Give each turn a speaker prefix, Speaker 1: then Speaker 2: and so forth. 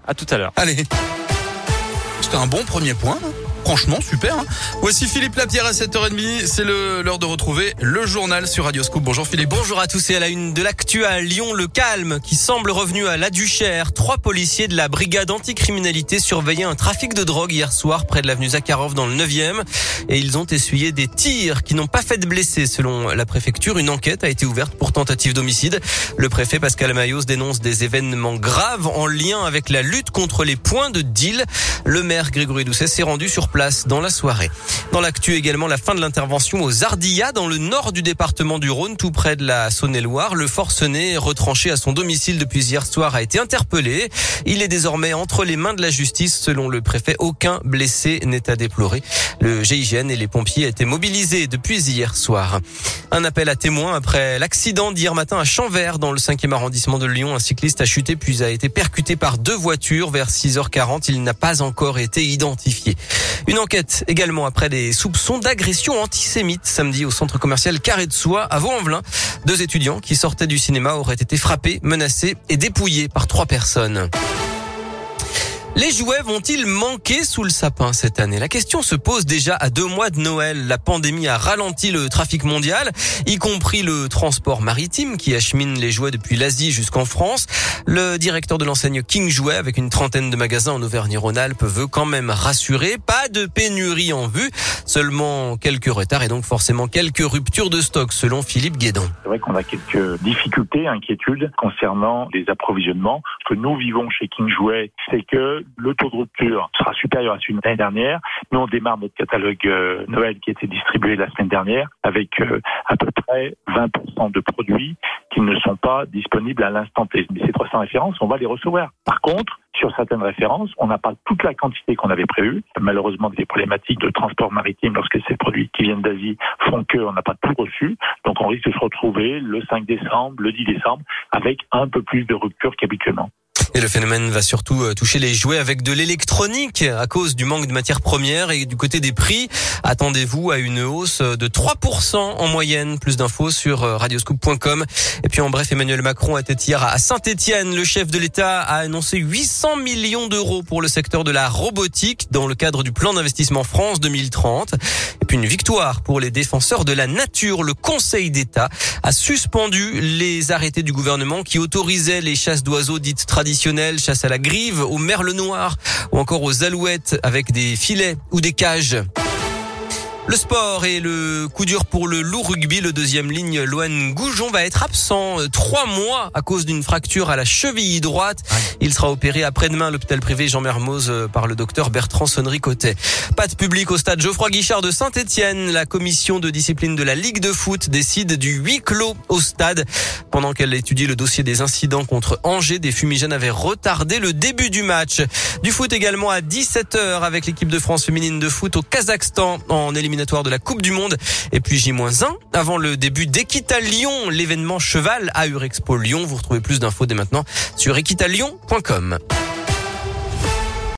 Speaker 1: À tout à l'heure.
Speaker 2: Allez. C'était un bon premier point. Franchement, super. Voici Philippe Lapierre à 7h30. C'est l'heure de retrouver le journal sur Radio Scoop. Bonjour Philippe.
Speaker 3: Bonjour à tous et à la une de l'actu à Lyon, le calme qui semble revenu à La Duchère. 3 policiers de la brigade anticriminalité surveillaient un trafic de drogue hier soir près de l'avenue Zakharov dans le 9e. Et ils ont essuyé des tirs qui n'ont pas fait de blessés selon la préfecture. Une enquête a été ouverte pour tentative d'homicide. Le préfet Pascal Mayos dénonce des événements graves en lien avec la lutte contre les points de deal. Le maire Grégory Doucet s'est rendu sur place dans la soirée. Dans l'actu également, la fin de l'intervention aux Ardillas dans le nord du département du Rhône, tout près de la Saône-et-Loire. Le forcené retranché à son domicile depuis hier soir a été interpellé. Il est désormais entre les mains de la justice. Selon le préfet, aucun blessé n'est à déplorer. Le GIGN et les pompiers étaient mobilisés depuis hier soir. Un appel à témoins après l'accident d'hier matin à Champvert dans le 5e arrondissement de Lyon. Un cycliste a chuté puis a été percuté par 2 voitures vers 6h40. Il n'a pas encore été identifié. Une enquête également après des soupçons d'agression antisémite samedi au centre commercial Carré de Soie à Vaux-en-Velin. 2 étudiants qui sortaient du cinéma auraient été frappés, menacés et dépouillés par 3 personnes. Les jouets vont-ils manquer sous le sapin cette année? La question se pose déjà à 2 mois de Noël. La pandémie a ralenti le trafic mondial, y compris le transport maritime qui achemine les jouets depuis l'Asie jusqu'en France. Le directeur de l'enseigne King Jouet, avec une trentaine de magasins en Auvergne-Rhône-Alpes, veut quand même rassurer. Pas de pénurie en vue, seulement quelques retards et donc forcément quelques ruptures de stock selon Philippe Guédon.
Speaker 4: C'est vrai qu'on a quelques difficultés, inquiétudes concernant les approvisionnements. Ce que nous vivons chez King Jouet, c'est que le taux de rupture sera supérieur à celui de l'année dernière. Nous, on démarre notre catalogue Noël qui a été distribué la semaine dernière avec à peu près 20% de produits qui ne sont pas disponibles à l'instant T. Mais ces 300 références, on va les recevoir. Par contre, sur certaines références, on n'a pas toute la quantité qu'on avait prévue. Malheureusement, des problématiques de transport maritime lorsque ces produits qui viennent d'Asie font qu'on n'a pas tout reçu. Donc, on risque de se retrouver le 5 décembre, le 10 décembre, avec un peu plus de rupture qu'habituellement.
Speaker 3: Et le phénomène va surtout toucher les jouets avec de l'électronique à cause du manque de matières premières et du côté des prix. Attendez-vous à une hausse de 3% en moyenne. Plus d'infos sur radioscoop.com. Et puis en bref, Emmanuel Macron était hier à Saint-Étienne. Le chef de l'État a annoncé 800 millions d'euros pour le secteur de la robotique dans le cadre du plan d'investissement France 2030. Et puis une victoire pour les défenseurs de la nature. Le Conseil d'État a suspendu les arrêtés du gouvernement qui autorisaient les chasses d'oiseaux dites traditionnelles, chasse à la grive, au merle noir ou encore aux alouettes avec des filets ou des cages. Le sport et le coup dur pour le loup rugby. Le 2e ligne, Loan Goujon, va être absent 3 mois à cause d'une fracture à la cheville droite. Il sera opéré après-demain à l'hôpital privé Jean Mermoz par le docteur Bertrand Sonnery-Cotet. Pas de public au stade Geoffroy Guichard de Saint-Étienne. La commission de discipline de la Ligue de foot décide du huis clos au stade. Pendant qu'elle étudie le dossier des incidents contre Angers, des fumigènes avaient retardé le début du match. Du foot également à 17h avec l'équipe de France féminine de foot au Kazakhstan en élimination de la Coupe du Monde. Et puis J-1 avant le début d'Equita Lyon, l'événement cheval à Urexpo Lyon. Vous retrouvez plus d'infos dès maintenant sur equitalion.com.